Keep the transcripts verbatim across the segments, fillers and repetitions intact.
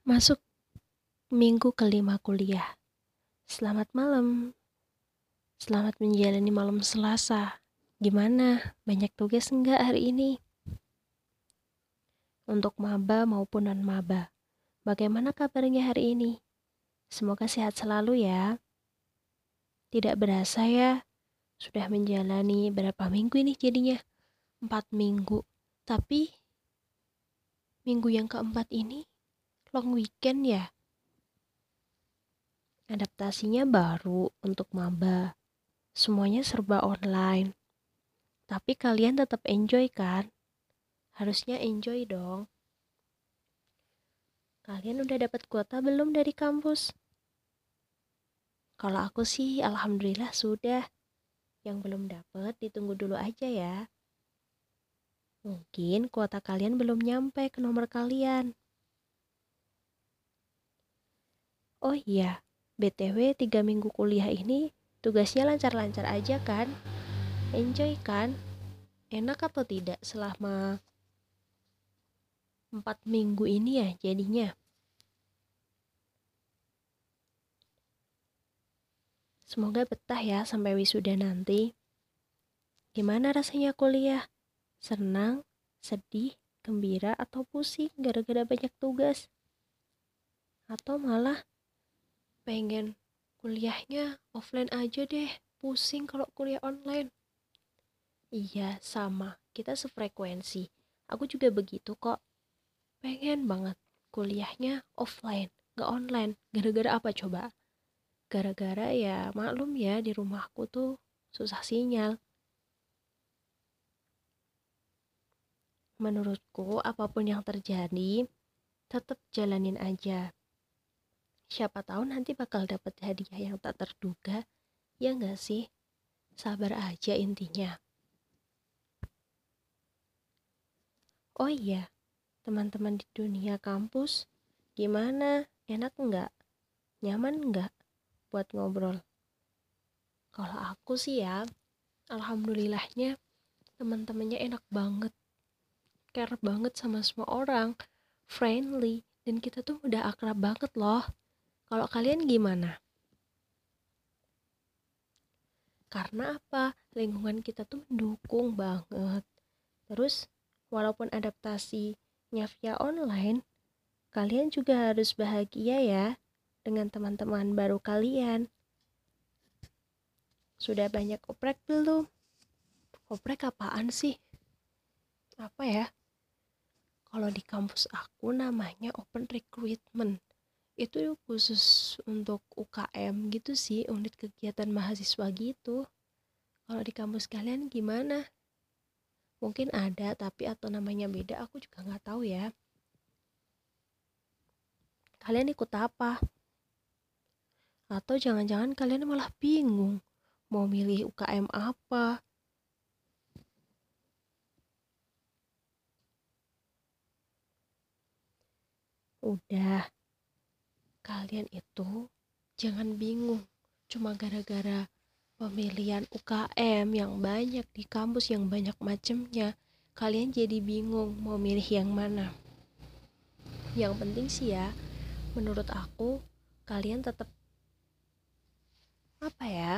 Masuk minggu kelima kuliah. Selamat malam. Selamat menjalani malam Selasa. Gimana? Banyak tugas enggak hari ini? Untuk maba maupun non-maba. Bagaimana kabarnya hari ini? Semoga sehat selalu ya. Tidak berasa ya, sudah menjalani berapa minggu ini jadinya? Empat minggu. Tapi minggu yang keempat ini long weekend ya. Adaptasinya baru untuk maba. Semuanya serba online. Tapi kalian tetap enjoy kan? Harusnya enjoy dong. Kalian udah dapat kuota belum dari kampus? Kalau aku sih alhamdulillah sudah. Yang belum dapat ditunggu dulu aja ya. Mungkin kuota kalian belum nyampe ke nomor kalian. Oh iya, B T W tiga minggu kuliah ini tugasnya lancar-lancar aja kan? Enjoy kan? Enak atau tidak selama empat minggu ini ya jadinya? Semoga betah ya sampai wisuda nanti. Gimana rasanya kuliah? Senang, sedih, gembira, atau pusing gara-gara banyak tugas? Atau malah pengen kuliahnya offline aja deh, pusing kalau kuliah online? Iya, sama. Kita sefrekuensi. Aku juga begitu kok. Pengen banget kuliahnya offline, gak online. Gara-gara apa coba? Gara-gara ya maklum ya di rumahku tuh susah sinyal. Menurutku apapun yang terjadi, tetap jalanin aja. Siapa tahu nanti bakal dapet hadiah yang tak terduga, ya nggak sih? Sabar aja intinya. Oh iya, teman-teman di dunia kampus, gimana? Enak nggak? Nyaman nggak buat ngobrol? Kalau aku sih ya, alhamdulillahnya teman-temannya enak banget, care banget sama semua orang, friendly, dan kita tuh udah akrab banget loh. Kalau kalian gimana? Karena apa? Lingkungan kita tuh mendukung banget. Terus, walaupun adaptasinya via online, kalian juga harus bahagia ya dengan teman-teman baru kalian. Sudah banyak oprek belum? Oprek apaan sih? Apa ya? Kalau di kampus aku namanya open recruitment. Itu khusus untuk U K M gitu sih, unit kegiatan mahasiswa gitu. Kalau di kampus kalian gimana? Mungkin ada tapi atau namanya beda, aku juga nggak tahu ya. Kalian ikut apa? Atau jangan-jangan kalian malah bingung mau milih U K M apa? Udah, kalian itu jangan bingung cuma gara-gara pemilihan U K M yang banyak di kampus yang banyak macemnya. Kalian jadi bingung mau milih yang mana. Yang penting sih ya, menurut aku kalian tetap apa ya,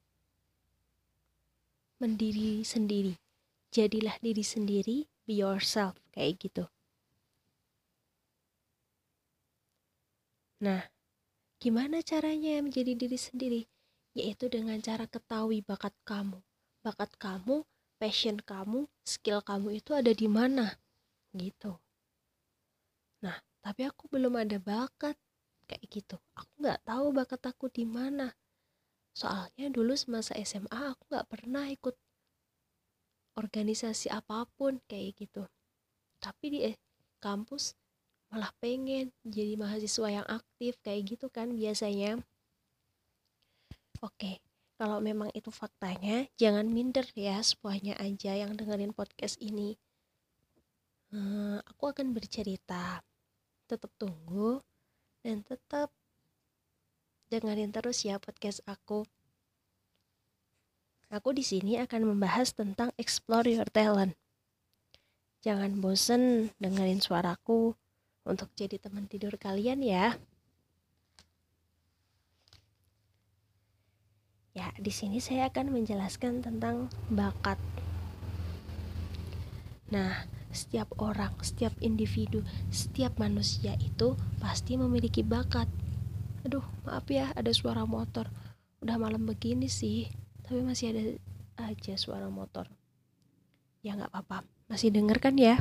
mendiri sendiri. Jadilah diri sendiri, be yourself, kayak gitu. Nah, gimana caranya menjadi diri sendiri? Yaitu dengan cara ketahui bakat kamu. Bakat kamu, passion kamu, skill kamu itu ada di mana? Gitu. Nah, tapi aku belum ada bakat kayak gitu. Aku nggak tahu bakat aku di mana. Soalnya dulu semasa S M A aku nggak pernah ikut organisasi apapun kayak gitu. Tapi di eh, kampus malah pengen jadi mahasiswa yang aktif kayak gitu kan biasanya. Oke, kalau memang itu faktanya, jangan minder ya semuanya aja yang dengerin podcast ini. Hmm, aku akan bercerita. Tetap tunggu dan tetap dengerin terus ya podcast aku. Aku di sini akan membahas tentang explore your talent. Jangan bosen dengerin suaraku, untuk jadi teman tidur kalian ya. Ya, di sini saya akan menjelaskan tentang bakat. Nah, setiap orang, setiap individu, setiap manusia itu pasti memiliki bakat. Aduh, maaf ya, ada suara motor. Udah malam begini sih, tapi masih ada aja suara motor. Ya nggak apa-apa, masih denger kan ya?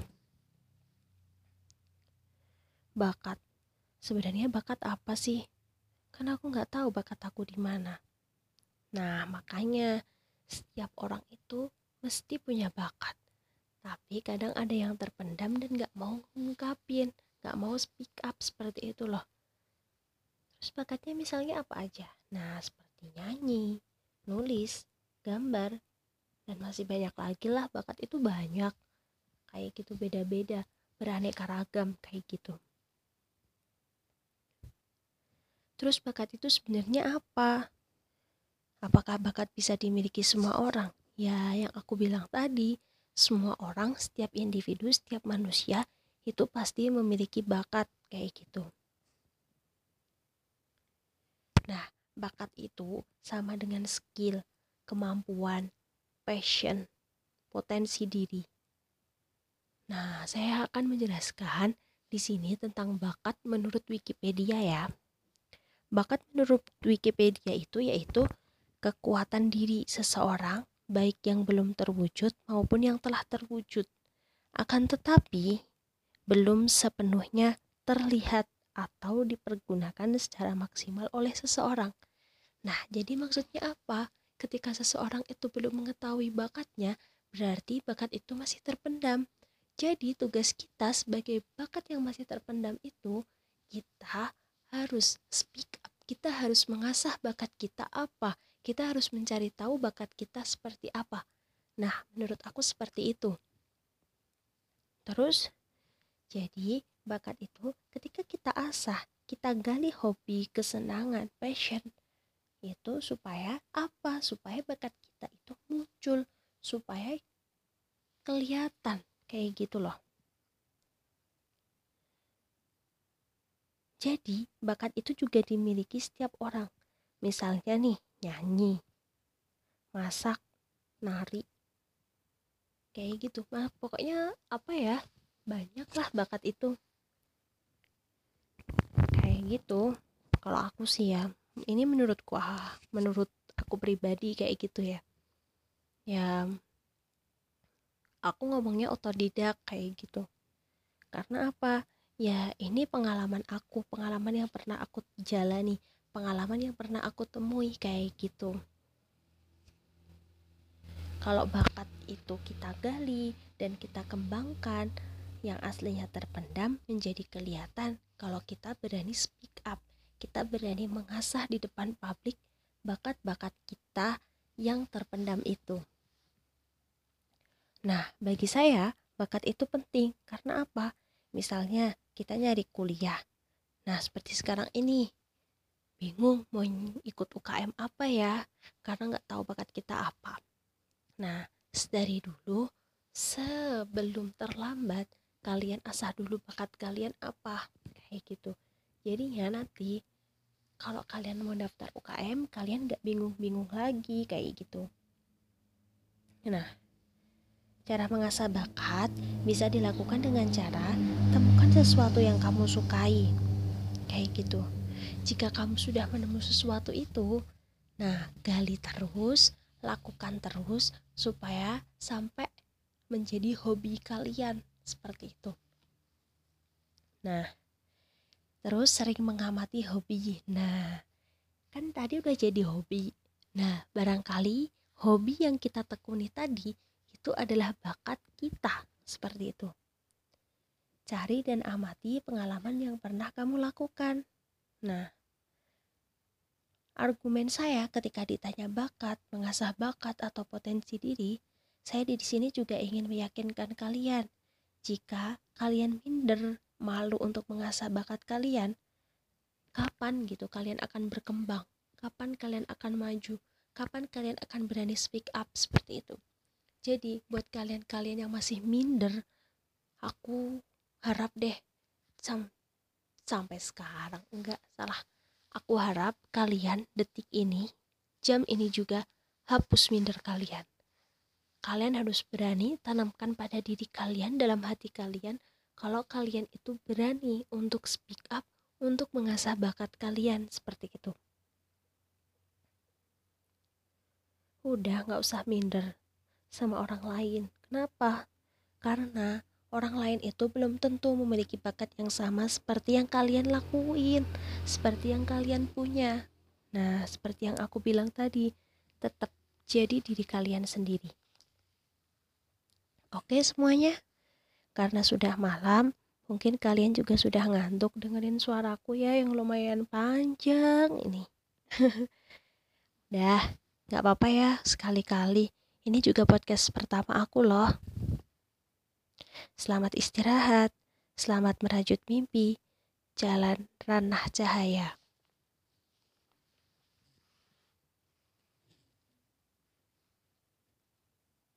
Bakat. Sebenarnya bakat apa sih? Karena aku nggak tahu bakat aku di mana. Nah, makanya setiap orang itu mesti punya bakat. Tapi kadang ada yang terpendam dan nggak mau ngungkapin, nggak mau speak up seperti itu loh. Terus bakatnya misalnya apa aja? Nah, seperti nyanyi, nulis, gambar, dan masih banyak lagi lah. Bakat itu banyak, kayak gitu, beda-beda, beraneka ragam kayak gitu. Terus bakat itu sebenarnya apa? Apakah bakat bisa dimiliki semua orang? Ya, yang aku bilang tadi, semua orang, setiap individu, setiap manusia itu pasti memiliki bakat kayak gitu. Nah, bakat itu sama dengan skill, kemampuan, passion, potensi diri. Nah, saya akan menjelaskan di sini tentang bakat menurut Wikipedia ya. Bakat menurut Wikipedia itu yaitu kekuatan diri seseorang, baik yang belum terwujud maupun yang telah terwujud. Akan tetapi, belum sepenuhnya terlihat atau dipergunakan secara maksimal oleh seseorang. Nah, jadi maksudnya apa? Ketika seseorang itu belum mengetahui bakatnya, berarti bakat itu masih terpendam. Jadi tugas kita sebagai bakat yang masih terpendam itu, kita harus speak up, kita harus mengasah bakat kita apa, kita harus mencari tahu bakat kita seperti apa. Nah, menurut aku seperti itu. Terus, jadi bakat itu ketika kita asah, kita gali hobi, kesenangan, passion, itu supaya apa? Supaya bakat kita itu muncul, supaya kelihatan kayak gitu loh. Jadi, bakat itu juga dimiliki setiap orang. Misalnya nih, nyanyi, masak, nari, kayak gitu. Nah, pokoknya apa ya? Banyak lah bakat itu. Kayak gitu. Kalau aku sih ya, ini menurutku, ah, menurut aku pribadi kayak gitu ya. Ya, aku ngomongnya otodidak kayak gitu. Karena apa? Ya, ini pengalaman aku, pengalaman yang pernah aku jalani, pengalaman yang pernah aku temui kayak gitu. Kalau bakat itu kita gali dan kita kembangkan, yang aslinya terpendam menjadi kelihatan kalau kita berani speak up, kita berani mengasah di depan publik bakat-bakat kita yang terpendam itu. Nah, bagi saya, bakat itu penting karena apa? Misalnya, kita nyari kuliah. Nah, seperti sekarang ini, bingung mau ikut U K M apa ya, karena nggak tahu bakat kita apa. Nah, dari dulu, sebelum terlambat, kalian asah dulu bakat kalian apa, kayak gitu. Jadinya nanti, kalau kalian mau daftar U K M, kalian nggak bingung-bingung lagi, kayak gitu. Nah, cara mengasah bakat bisa dilakukan dengan cara temukan sesuatu yang kamu sukai, kayak gitu. Jika kamu sudah menemukan sesuatu itu, nah gali terus, lakukan terus supaya sampai menjadi hobi kalian, seperti itu. Nah, terus sering mengamati hobi. Nah, kan tadi udah jadi hobi. Nah, barangkali hobi yang kita tekuni tadi itu adalah bakat kita, seperti itu. Cari dan amati pengalaman yang pernah kamu lakukan. Nah, argumen saya ketika ditanya bakat, mengasah bakat atau potensi diri, saya di sini juga ingin meyakinkan kalian, jika kalian minder, malu untuk mengasah bakat kalian, kapan gitu kalian akan berkembang? Kapan kalian akan maju? Kapan kalian akan berani speak up seperti itu? Jadi buat kalian-kalian yang masih minder, aku harap deh sampai sekarang. Enggak, salah. Aku harap kalian detik ini, jam ini juga hapus minder kalian. Kalian harus berani tanamkan pada diri kalian, dalam hati kalian, kalau kalian itu berani untuk speak up, untuk mengasah bakat kalian, seperti itu. Udah, gak usah minder sama orang lain. Kenapa? Karena orang lain itu belum tentu memiliki bakat yang sama seperti yang kalian lakuin, seperti yang kalian punya. Nah, seperti yang aku bilang tadi, tetap jadi diri kalian sendiri. Oke semuanya, karena sudah malam, mungkin kalian juga sudah ngantuk dengerin suaraku ya yang lumayan panjang ini. Dah, gak apa-apa ya, sekali-kali. Ini juga podcast pertama aku loh. Selamat istirahat, selamat merajut mimpi, jalan ranah cahaya.